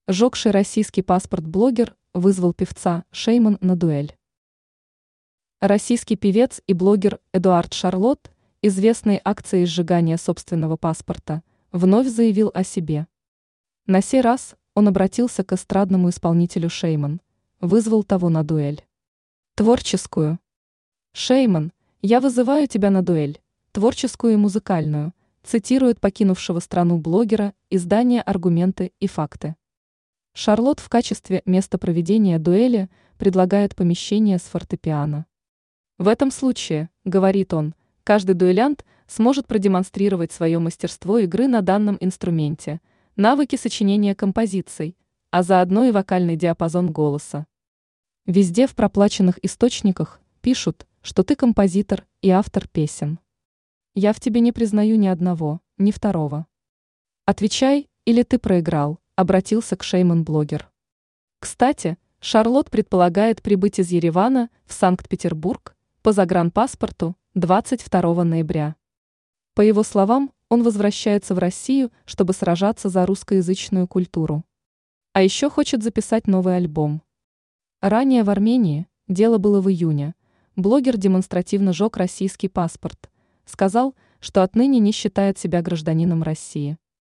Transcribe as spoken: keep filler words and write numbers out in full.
Жегший российский паспорт блогер вызвал певца Шейман на дуэль. Российский певец и блогер Эдуард Шарлотт, известный акцией сжигания собственного паспорта, вновь заявил о себе. На сей раз он обратился к эстрадному исполнителю Шейман, вызвал того на дуэль. Творческую. «Шейман, я вызываю тебя на дуэль, творческую и музыкальную», цитирует покинувшего страну блогера издание «Аргументы и факты». Шарлотт в качестве места проведения дуэли предлагает помещение с фортепиано. В этом случае, говорит он, каждый дуэлянт сможет продемонстрировать свое мастерство игры на данном инструменте, навыки сочинения композиций, а заодно и вокальный диапазон голоса. Везде в проплаченных источниках пишут, что ты композитор и автор песен. Я в тебе не признаю ни одного, ни второго. Отвечай, или ты проиграл, обратился к Шейман блогер. Кстати, Шарлотт предполагает прибыть из Еревана в Санкт-Петербург по загранпаспорту двадцать второго ноября. По его словам, он возвращается в Россию, чтобы сражаться за русскоязычную культуру. А еще хочет записать новый альбом. Ранее в Армении, дело было в июне, блогер демонстративно жег российский паспорт, сказал, что отныне не считает себя гражданином России.